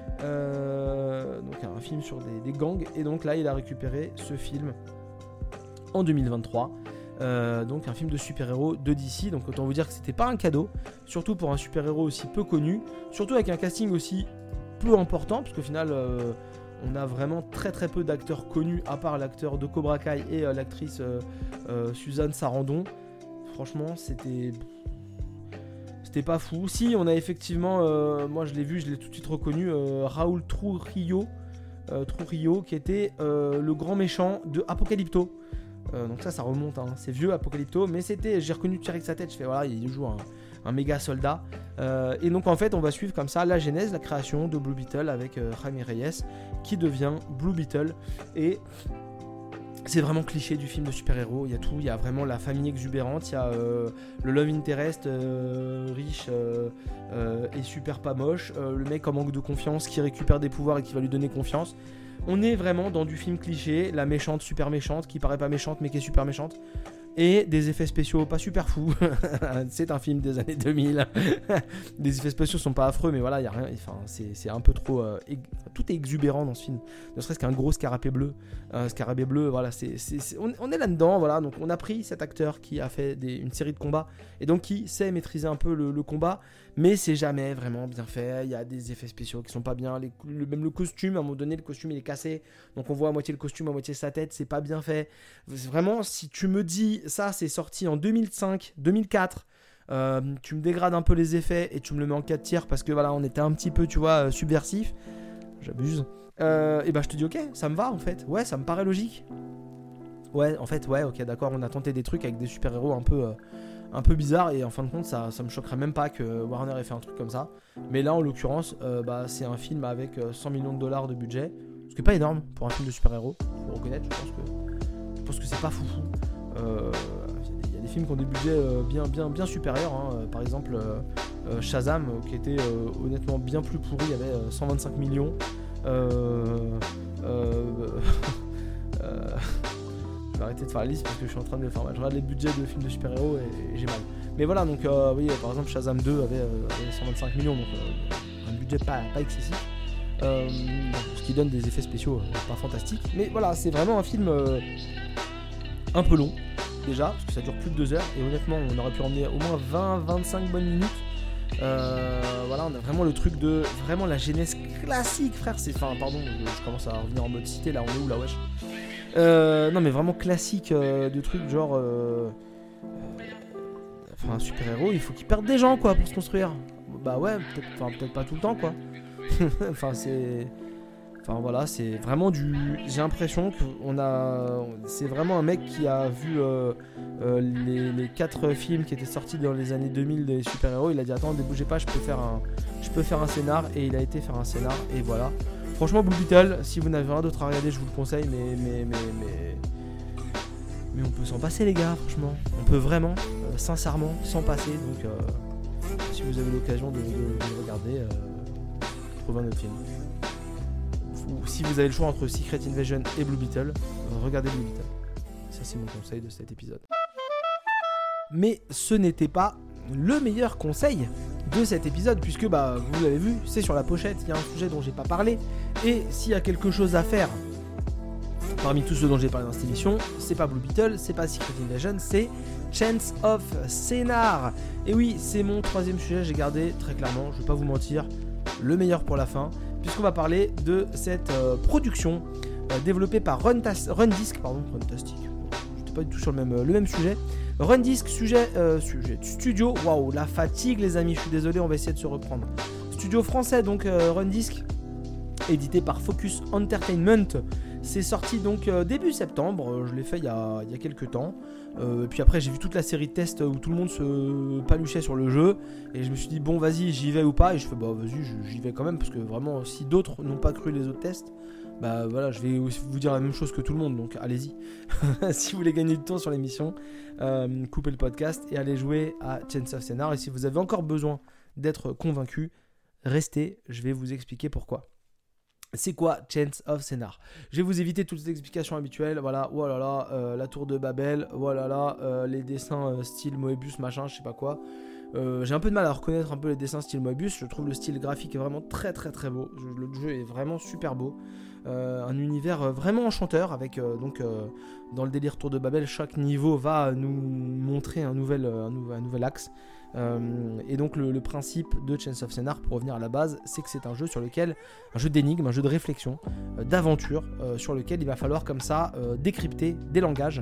Euh, donc un film sur des, des gangs. Et donc là, il a récupéré ce film en deux mille vingt-trois. Euh, donc un film de super-héros de D C. Donc autant vous dire que c'était pas un cadeau, surtout pour un super-héros aussi peu connu, surtout avec un casting aussi peu important, parce qu'au final, euh, on a vraiment très très peu d'acteurs connus, à part l'acteur de Cobra Kai et euh, l'actrice euh, euh, Suzanne Sarandon. Franchement, c'était... C'était pas fou. Si, on a effectivement, euh, moi je l'ai vu, je l'ai tout de suite reconnu, euh, Raúl Trujillo, euh, Trujillo, qui était euh, le grand méchant de Apocalypto. Euh, donc ça, ça remonte, hein. C'est vieux Apocalypto, mais c'était, j'ai reconnu direct sa tête. Je fais voilà, il joue un, un méga soldat. Euh, et donc en fait, on va suivre comme ça la genèse, la création de Blue Beetle avec euh, Jaime Reyes, qui devient Blue Beetle. Et c'est vraiment cliché du film de super-héros, il y a tout, il y a vraiment la famille exubérante, il y a euh, le love interest euh, riche euh, euh, et super pas moche, euh, le mec en manque de confiance qui récupère des pouvoirs et qui va lui donner confiance. On est vraiment dans du film cliché, la méchante super méchante qui paraît pas méchante mais qui est super méchante. et des effets spéciaux pas super fous. C'est un film des années deux mille. Les effets spéciaux sont pas affreux, mais voilà, y a rien. Enfin, c'est, c'est un peu trop. Euh, ex... Tout est exubérant dans ce film. Ne serait-ce qu'un gros scarabée bleu. Un scarabée bleu, voilà, c'est, c'est, c'est... On, on est là-dedans, voilà. Donc, on a pris cet acteur qui a fait des, une série de combats et donc qui sait maîtriser un peu le, le combat, mais c'est jamais vraiment bien fait. Il y a des effets spéciaux qui sont pas bien. Les, le, même le costume, à un moment donné, le costume il est cassé. Donc, on voit à moitié le costume, à moitié sa tête. C'est pas bien fait. Vraiment, si tu me dis ça, c'est sorti en deux mille cinq, deux mille quatre. Euh, tu me dégrades un peu les effets et tu me le mets en quatre tiers parce que voilà, on était un petit peu, tu vois, euh, subversif. J'abuse. Euh, et bah, je te dis, ok, ça me va en fait. Ouais, ça me paraît logique. Ouais, en fait, ouais, ok, d'accord. On a tenté des trucs avec des super-héros un peu, euh, un peu bizarres et en fin de compte, ça, ça me choquerait même pas que Warner ait fait un truc comme ça. Mais là, en l'occurrence, euh, bah, c'est un film avec cent millions de dollars de budget, ce qui est pas énorme pour un film de super-héros. Faut reconnaître, je pense que, je pense que c'est pas foufou. Euh, Il y a des films qui ont des budgets euh, bien, bien, bien supérieurs. Hein. Par exemple, euh, euh, Shazam, euh, qui était euh, honnêtement bien plus pourri, il y avait euh, cent vingt-cinq millions. Euh, euh, euh, je vais arrêter de faire la liste parce que je suis en train de faire mal. Je regarde les budgets de films de super-héros et, et j'ai mal. Mais voilà, donc euh, oui, par exemple, Shazam deux avait, euh, avait cent vingt-cinq millions, donc euh, un budget pas, pas excessif. Euh, ce qui donne des effets spéciaux euh, pas fantastiques. Mais voilà, c'est vraiment un film euh, un peu long. Déjà, parce que ça dure plus de deux heures, et honnêtement, on aurait pu emmener au moins vingt à vingt-cinq bonnes minutes. Euh, voilà, on a vraiment le truc de vraiment la genèse classique, frère. C'est, enfin, pardon, je, je commence à revenir en mode cité, là, on est où, là, wesh. Euh, non, mais vraiment classique euh, de trucs genre. Euh, enfin, un super-héros, il faut qu'il perde des gens, quoi, pour se construire. Bah ouais, peut-être, enfin, peut-être pas tout le temps, quoi. Enfin, c'est. Enfin voilà, c'est vraiment du. J'ai l'impression que on a. C'est vraiment un mec qui a vu euh, euh, les, les quatre films qui étaient sortis dans les années deux mille des super-héros. Il a dit attends, ne bougez pas, je peux faire un, je peux faire un scénar, et il a été faire un scénar et voilà. Franchement, Blue Beetle, si vous n'avez rien d'autre à regarder, je vous le conseille, mais mais mais mais mais on peut s'en passer les gars, franchement. On peut vraiment, euh, sincèrement, s'en passer. Donc euh, si vous avez l'occasion de, de, de le regarder, euh, trouvez un autre film. Ou si vous avez le choix entre Secret Invasion et Blue Beetle, regardez Blue Beetle. Ça, c'est mon conseil de cet épisode. Mais ce n'était pas le meilleur conseil de cet épisode, puisque bah, vous l'avez vu, c'est sur la pochette, il y a un sujet dont j'ai pas parlé, et s'il y a quelque chose à faire parmi tous ceux dont j'ai parlé dans cette émission, c'est pas Blue Beetle, c'est pas Secret Invasion, c'est Chance of Scénar. Et oui, c'est mon troisième sujet, j'ai gardé très clairement, je vais pas vous mentir, le meilleur pour la fin, puisqu'on va parler de cette euh, production euh, développée par Runtas- Rundisk, pardon, Runtastic, j'étais pas du tout sur le même, euh, le même sujet. Rundisk, sujet, euh, sujet, studio, waouh, la fatigue les amis, je suis désolé, on va essayer de se reprendre. Studio français, donc euh, Rundisk, édité par Focus Entertainment. C'est sorti donc euh, début septembre, je l'ai fait il y a, il y a quelques temps. Euh, puis après j'ai vu toute la série de tests où tout le monde se paluchait sur le jeu. Et je me suis dit bon vas-y j'y vais ou pas. Et je fais bah vas-y j'y vais quand même. Parce que vraiment si d'autres n'ont pas cru les autres tests, bah voilà je vais vous dire la même chose que tout le monde. Donc allez-y. Si vous voulez gagner du temps sur l'émission, euh, coupez le podcast et allez jouer à Chance of Scénar. Et si vous avez encore besoin d'être convaincu, restez, je vais vous expliquer pourquoi. C'est quoi Chance of Scénar? Je vais vous éviter toutes les explications habituelles. Voilà, oh là là, euh, la tour de Babel, oh là là, euh, les dessins euh, style Moebius, machin, je sais pas quoi. Euh, j'ai un peu de mal à reconnaître un peu les dessins style Moebius. Je trouve le style graphique vraiment très très très beau. Je, le jeu est vraiment super beau. Euh, un univers vraiment enchanteur avec euh, donc euh, dans le délire tour de Babel, chaque niveau va nous montrer un nouvel, un nouvel, un nouvel axe. Euh, et donc le, le principe de Chance of Scénar, pour revenir à la base, c'est que c'est un jeu sur lequel, un jeu d'énigmes, un jeu de réflexion, euh, d'aventure, euh, sur lequel il va falloir comme ça euh, décrypter des langages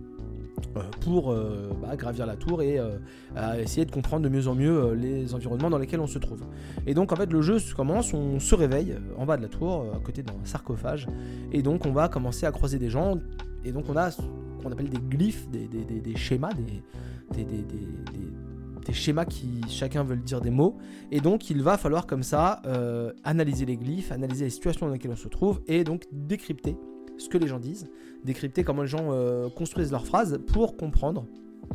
euh, pour euh, bah, gravir la tour et euh, essayer de comprendre de mieux en mieux euh, les environnements dans lesquels on se trouve. Et donc en fait le jeu commence, on se réveille en bas de la tour, euh, à côté d'un sarcophage, et donc on va commencer à croiser des gens, et donc on a ce qu'on appelle des glyphes, des, des, des, des schémas, des, des, des, des, des des schémas qui chacun veut dire des mots, et donc il va falloir comme ça euh, analyser les glyphes, analyser les situations dans lesquelles on se trouve, et donc décrypter ce que les gens disent, décrypter comment les gens euh, construisent leurs phrases pour comprendre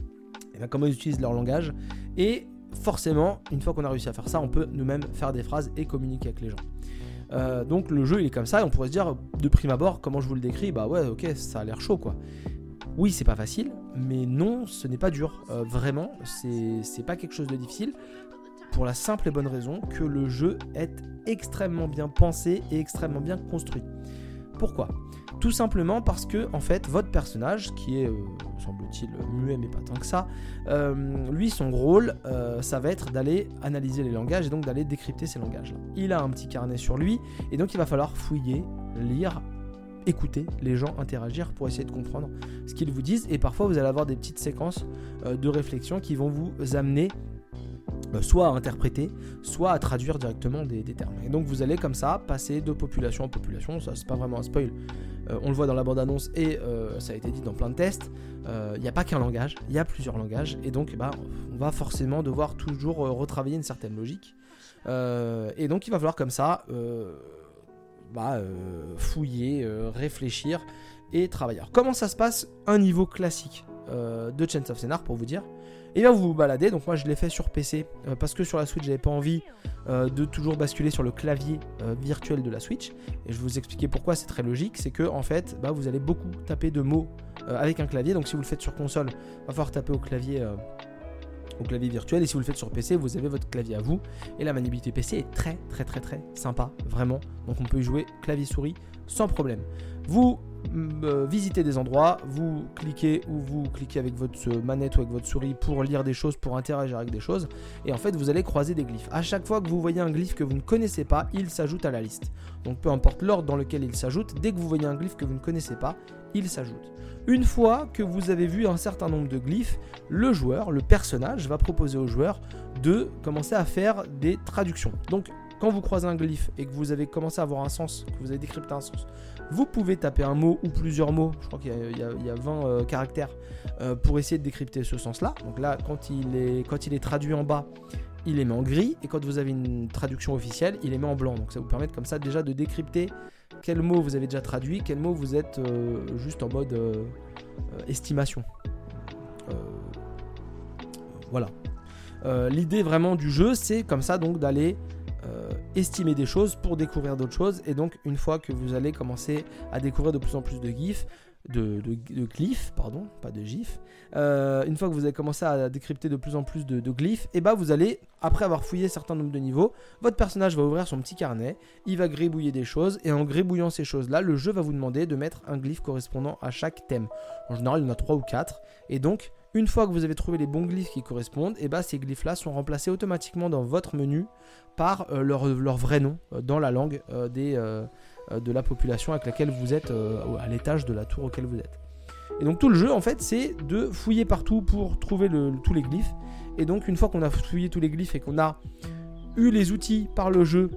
et bien, comment ils utilisent leur langage, et forcément une fois qu'on a réussi à faire ça, on peut nous-mêmes faire des phrases et communiquer avec les gens. Euh, donc le jeu il est comme ça, et on pourrait se dire de prime abord, comment je vous le décris, bah ouais ok ça a l'air chaud quoi. Oui, c'est pas facile, mais non, ce n'est pas dur. Euh, vraiment, c'est, c'est pas quelque chose de difficile, pour la simple et bonne raison que le jeu est extrêmement bien pensé et extrêmement bien construit. Pourquoi ? Tout simplement parce que, en fait, votre personnage, qui est, euh, semble-t-il, muet mais pas tant que ça, euh, lui, son rôle, euh, ça va être d'aller analyser les langages et donc d'aller décrypter ces langages-là. Il a un petit carnet sur lui et donc il va falloir fouiller, lire, écouter les gens interagir pour essayer de comprendre ce qu'ils vous disent. Et parfois, vous allez avoir des petites séquences euh, de réflexion qui vont vous amener euh, soit à interpréter, soit à traduire directement des, des termes. Et donc, vous allez comme ça passer de population en population. Ça, c'est pas vraiment un spoil. Euh, on le voit dans la bande-annonce et euh, ça a été dit dans plein de tests. Il euh, n'y a pas qu'un langage, il y a plusieurs langages. Et donc, bah, on va forcément devoir toujours euh, retravailler une certaine logique. Euh, et donc, il va falloir comme ça... Euh, Bah, euh, fouiller, euh, réfléchir et travailler. Alors, comment ça se passe un niveau classique euh, de Chains of Scénar pour vous dire ? Et bien vous vous baladez, donc moi je l'ai fait sur P C euh, parce que sur la Switch j'avais pas envie euh, de toujours basculer sur le clavier euh, virtuel de la Switch. Et je vais vous expliquer pourquoi, c'est très logique, c'est que en fait bah, vous allez beaucoup taper de mots euh, avec un clavier. Donc si vous le faites sur console, il va falloir taper au clavier euh, au clavier virtuel, et si vous le faites sur P C, vous avez votre clavier à vous, et la maniabilité P C est très très très très sympa, vraiment, donc on peut y jouer clavier souris sans problème. Vous euh, visitez des endroits, vous cliquez ou vous cliquez avec votre manette ou avec votre souris pour lire des choses, pour interagir avec des choses, et en fait vous allez croiser des glyphes. À chaque fois que vous voyez un glyphe que vous ne connaissez pas, il s'ajoute à la liste. Donc peu importe l'ordre dans lequel il s'ajoute, dès que vous voyez un glyphe que vous ne connaissez pas, il s'ajoute. Une fois que vous avez vu un certain nombre de glyphes, le joueur, le personnage, va proposer au joueur de commencer à faire des traductions. Donc, quand vous croisez un glyphe et que vous avez commencé à avoir un sens, que vous avez décrypté un sens, vous pouvez taper un mot ou plusieurs mots, je crois qu'il y a, il y a, il y a vingt euh, caractères, euh, pour essayer de décrypter ce sens-là. Donc là, quand il est, quand il est traduit en bas, il les met en gris, et quand vous avez une traduction officielle, il les met en blanc. Donc ça vous permet comme ça déjà de décrypter quel mot vous avez déjà traduit, quel mot vous êtes euh, juste en mode euh, euh, estimation. Euh, voilà. Euh, l'idée vraiment du jeu, c'est comme ça donc d'aller euh, estimer des choses pour découvrir d'autres choses. Et donc une fois que vous allez commencer à découvrir de plus en plus de gifs, de, de, de glyphes, pardon, pas de gifs, euh, une fois que vous avez commencé à décrypter de plus en plus de, de glyphes, et bah vous allez, après avoir fouillé un certain nombre de niveaux, votre personnage va ouvrir son petit carnet, il va gribouiller des choses, et en gribouillant ces choses-là, le jeu va vous demander de mettre un glyphe correspondant à chaque thème. En général, il y en a trois ou quatre, et donc une fois que vous avez trouvé les bons glyphes qui correspondent, et bah ces glyphes-là sont remplacés automatiquement dans votre menu par euh, leur, leur vrai nom euh, dans la langue euh, des, euh, euh, de la population avec laquelle vous êtes, euh, à l'étage de la tour auquel vous êtes. Et donc tout le jeu en fait c'est de fouiller partout pour trouver le, tous les glyphes. Et donc une fois qu'on a fouillé tous les glyphes et qu'on a eu les outils par le jeu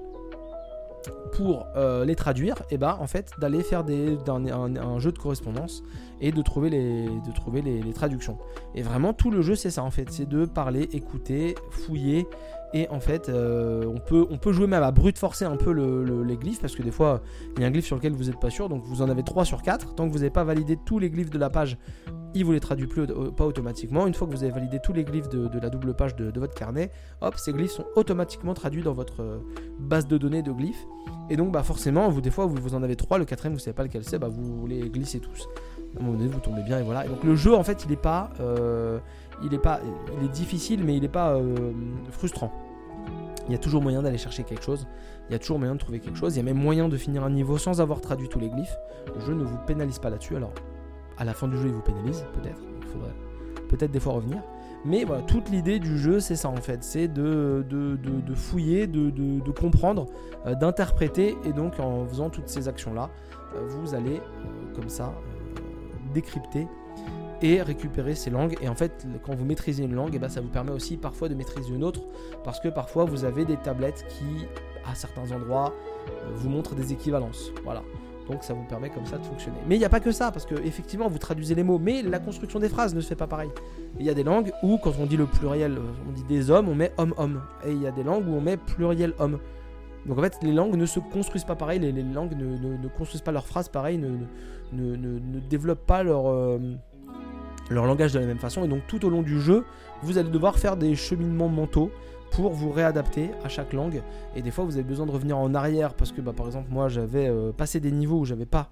pour euh, les traduire, et bah en fait d'aller faire des, un, un, un jeu de correspondance et de trouver, les, de trouver les, les traductions. Et vraiment tout le jeu c'est ça en fait, c'est de parler, écouter, fouiller. Et en fait, euh, on, peut, on peut jouer même à brute forcer un peu le, le, les glyphes, parce que des fois, il y a un glyphe sur lequel vous n'êtes pas sûr, donc vous en avez trois sur quatre. Tant que vous n'avez pas validé tous les glyphes de la page, il ne vous les traduit plus, euh, pas automatiquement. Une fois que vous avez validé tous les glyphes de, de la double page de, de votre carnet, hop, ces glyphes sont automatiquement traduits dans votre euh, base de données de glyphes. Et donc, bah, forcément, vous, des fois, vous, vous en avez trois, le quatrième, vous ne savez pas lequel c'est, bah, vous les glissez tous. À un moment donné, vous tombez bien, et voilà. Et donc, le jeu, en fait, il n'est pas, euh, il est pas, il est difficile, mais il n'est pas euh, frustrant. Il y a toujours moyen d'aller chercher quelque chose, il y a toujours moyen de trouver quelque chose, il y a même moyen de finir un niveau sans avoir traduit tous les glyphes. Le jeu ne vous pénalise pas là-dessus, alors à la fin du jeu il vous pénalise peut-être, il faudrait peut-être des fois revenir. Mais voilà, toute l'idée du jeu c'est ça en fait, c'est de, de, de, de fouiller, de, de, de comprendre, euh, d'interpréter, et donc en faisant toutes ces actions-là, euh, vous allez euh, comme ça euh, décrypter et récupérer ces langues. Et en fait quand vous maîtrisez une langue, et ben, ça vous permet aussi parfois de maîtriser une autre, parce que parfois vous avez des tablettes qui à certains endroits euh, vous montrent des équivalences, voilà, donc ça vous permet comme ça de fonctionner. Mais il n'y a pas que ça, parce que effectivement vous traduisez les mots, mais la construction des phrases ne se fait pas pareil. Il y a des langues où quand on dit le pluriel, on dit des hommes, on met homme-homme, et il y a des langues où on met pluriel homme. Donc en fait les langues ne se construisent pas pareil, les, les langues ne, ne, ne construisent pas leurs phrases pareil, ne, ne, ne, ne développent pas leur... Euh, leur langage de la même façon, et donc tout au long du jeu vous allez devoir faire des cheminements mentaux pour vous réadapter à chaque langue. Et des fois vous avez besoin de revenir en arrière parce que bah, par exemple moi j'avais euh, passé des niveaux où j'avais pas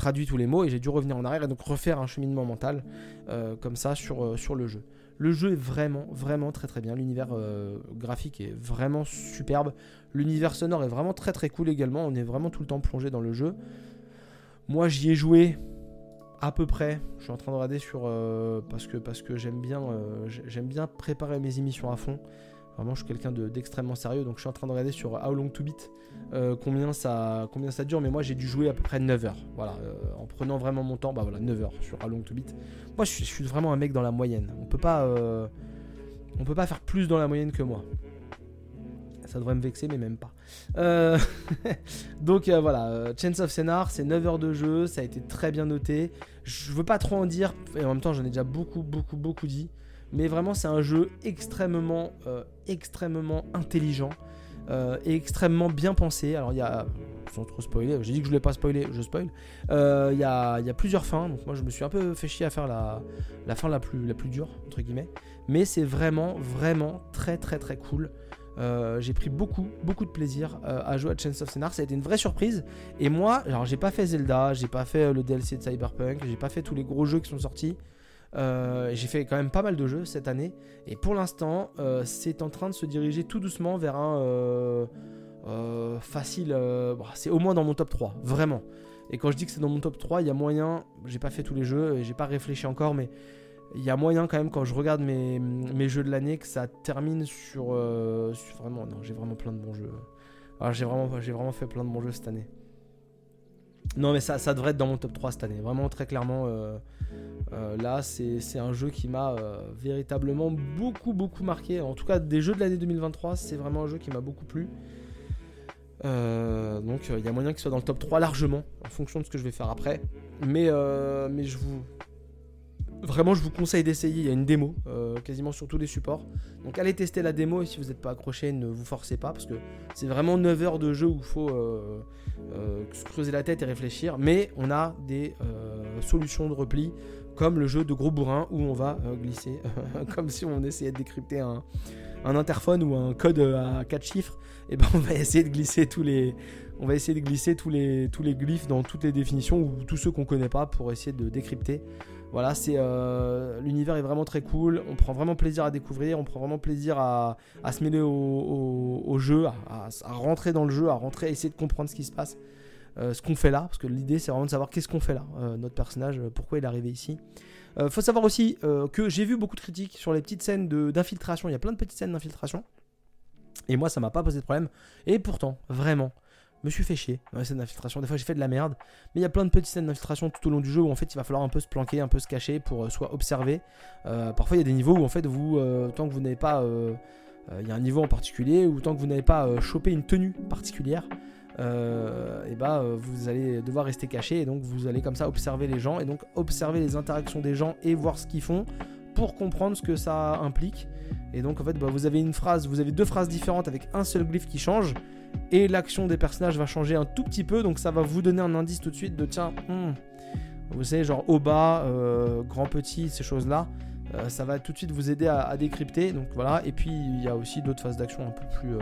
traduit tous les mots et j'ai dû revenir en arrière et donc refaire un cheminement mental euh, comme ça sur, euh, sur le jeu. Le jeu est vraiment, vraiment très très bien. L'univers euh, graphique est vraiment superbe. L'univers sonore est vraiment très très cool également. On est vraiment tout le temps plongé dans le jeu. Moi, j'y ai joué à peu près. Je suis en train de regarder sur... Euh, parce que, parce que j'aime bien, euh, j'aime bien préparer mes émissions à fond. Vraiment, je suis quelqu'un de, d'extrêmement sérieux. Donc, je suis en train de regarder sur How Long to Beat euh, combien, ça, combien ça dure. Mais moi, j'ai dû jouer à peu près neuf heures. Voilà, euh, en prenant vraiment mon temps. Bah voilà, neuf heures sur How Long to Beat. Moi, je suis, je suis vraiment un mec dans la moyenne. On peut pas, euh, on peut pas faire plus dans la moyenne que moi. Ça devrait me vexer, mais même pas. Euh... Donc euh, voilà, euh, Chains of Scénar, c'est neuf heures de jeu. Ça a été très bien noté. Je veux pas trop en dire. Et en même temps, j'en ai déjà beaucoup, beaucoup, beaucoup dit. Mais vraiment, c'est un jeu extrêmement, euh, extrêmement intelligent euh, et extrêmement bien pensé. Alors, il y a, sans trop spoiler, j'ai dit que je voulais pas spoiler, je spoil. Euh, il y a, il y a plusieurs fins, donc moi, je me suis un peu fait chier à faire la, la fin la plus, la plus dure, entre guillemets. Mais c'est vraiment, vraiment très, très, très cool. Euh, j'ai pris beaucoup, beaucoup de plaisir euh, à jouer à Chains of Scénar. Ça a été une vraie surprise. Et moi, alors, j'ai pas fait Zelda, j'ai pas fait le D L C de Cyberpunk, j'ai pas fait tous les gros jeux qui sont sortis. Euh, j'ai fait quand même pas mal de jeux cette année et pour l'instant euh, c'est en train de se diriger tout doucement vers un euh, euh, facile euh, bah, c'est au moins dans mon top trois vraiment, et quand je dis que c'est dans mon top trois, il y a moyen, j'ai pas fait tous les jeux et j'ai pas réfléchi encore, mais il y a moyen quand même quand je regarde mes, mes jeux de l'année que ça termine sur, euh, sur vraiment, non j'ai vraiment plein de bons jeux. Alors, j'ai, vraiment, j'ai vraiment fait plein de bons jeux cette année. Non mais ça, ça devrait être dans mon top trois cette année, vraiment très clairement. euh, euh, là c'est, c'est un jeu qui m'a euh, véritablement beaucoup beaucoup marqué. En tout cas des jeux de l'année deux mille vingt-trois, c'est vraiment un jeu qui m'a beaucoup plu. Euh, donc il euh, y a moyen qu'il soit dans le top trois largement, en fonction de ce que je vais faire après. Mais, euh, mais je vous... Vraiment, je vous conseille d'essayer. Il y a une démo euh, quasiment sur tous les supports. Donc, allez tester la démo. Et si vous n'êtes pas accroché, ne vous forcez pas. Parce que c'est vraiment neuf heures de jeu où il faut euh, euh, se creuser la tête et réfléchir. Mais on a des euh, solutions de repli, comme le jeu de gros bourrin où on va euh, glisser. Comme si on essayait de décrypter un, un interphone ou un code à quatre chiffres. Et ben, on va essayer de glisser tous les. On va essayer de glisser tous les, tous les glyphes dans toutes les définitions ou tous ceux qu'on ne connaît pas pour essayer de décrypter. Voilà, c'est, euh, l'univers est vraiment très cool, on prend vraiment plaisir à découvrir, on prend vraiment plaisir à, à se mêler au, au, au jeu, à, à, à rentrer dans le jeu, à rentrer, à essayer de comprendre ce qui se passe, euh, ce qu'on fait là, parce que l'idée c'est vraiment de savoir qu'est-ce qu'on fait là, euh, notre personnage, pourquoi il est arrivé ici. Il euh, faut savoir aussi euh, que j'ai vu beaucoup de critiques sur les petites scènes de, d'infiltration, il y a plein de petites scènes d'infiltration, et moi ça m'a pas posé de problème, et pourtant, vraiment, me suis fait chier dans les scènes d'infiltration. Des fois j'ai fait de la merde, mais il y a plein de petites scènes d'infiltration tout au long du jeu où en fait il va falloir un peu se planquer, un peu se cacher pour euh, soit observer. Euh, parfois il y a des niveaux où en fait vous, euh, tant que vous n'avez pas, il euh, euh, y a un niveau en particulier, ou tant que vous n'avez pas euh, chopé une tenue particulière, euh, et bah euh, vous allez devoir rester caché, et donc vous allez comme ça observer les gens, et donc observer les interactions des gens et voir ce qu'ils font pour comprendre ce que ça implique. Et donc en fait bah, vous avez une phrase, vous avez deux phrases différentes avec un seul glyphe qui change. Et l'action des personnages va changer un tout petit peu, donc ça va vous donner un indice tout de suite de tiens, hmm, vous savez, genre haut, bas, euh, grand, petit, ces choses-là, euh, ça va tout de suite vous aider à, à décrypter. Donc voilà, et puis il y a aussi d'autres phases d'action un peu plus,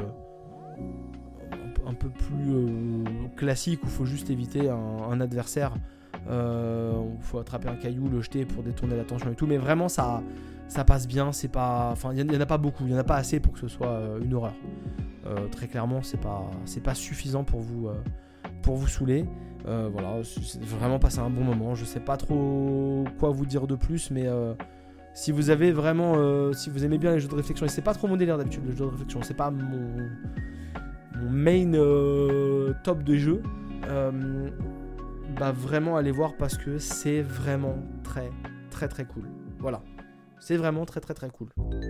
euh, un, un peu plus euh, classiques où il faut juste éviter un, un adversaire, euh, où il faut attraper un caillou, le jeter pour détourner l'attention et tout, mais vraiment ça, ça passe bien, c'est pas, enfin il n'y en a pas beaucoup, il n'y en a pas assez pour que ce soit euh, une horreur. Euh, très clairement c'est pas, c'est pas suffisant pour vous, euh, pour vous saouler. Euh, voilà, c'est vraiment passé un bon moment. Je sais pas trop quoi vous dire de plus, mais euh, si vous avez vraiment, euh, si vous aimez bien les jeux de réflexion, et c'est pas trop mon délire d'habitude les jeux de réflexion, c'est pas mon, mon main euh, top de jeu, euh, bah vraiment allez voir parce que c'est vraiment très très très cool. Voilà, c'est vraiment très très très cool.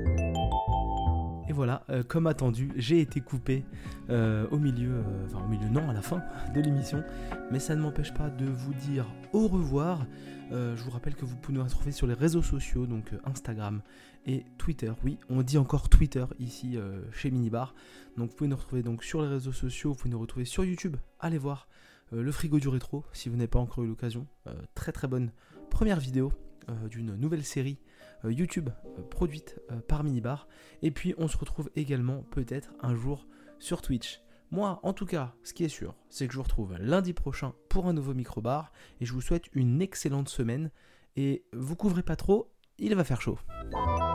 Et voilà, euh, comme attendu, j'ai été coupé euh, au milieu, euh, enfin au milieu non, à la fin de l'émission, mais ça ne m'empêche pas de vous dire au revoir. Euh, je vous rappelle que vous pouvez nous retrouver sur les réseaux sociaux, donc euh, Instagram et Twitter. Oui, on dit encore Twitter ici euh, chez Minibar. Donc vous pouvez nous retrouver donc sur les réseaux sociaux, vous pouvez nous retrouver sur YouTube. Allez voir euh, le frigo du rétro si vous n'avez pas encore eu l'occasion. Euh, très très bonne première vidéo euh, d'une nouvelle série Euh, YouTube euh, produite euh, par Minibar. Et puis on se retrouve également peut-être un jour sur Twitch Moi, en tout cas, ce qui est sûr, c'est que je vous retrouve lundi prochain pour un nouveau microbar et je vous souhaite une excellente semaine et vous couvrez pas trop, il va faire chaud.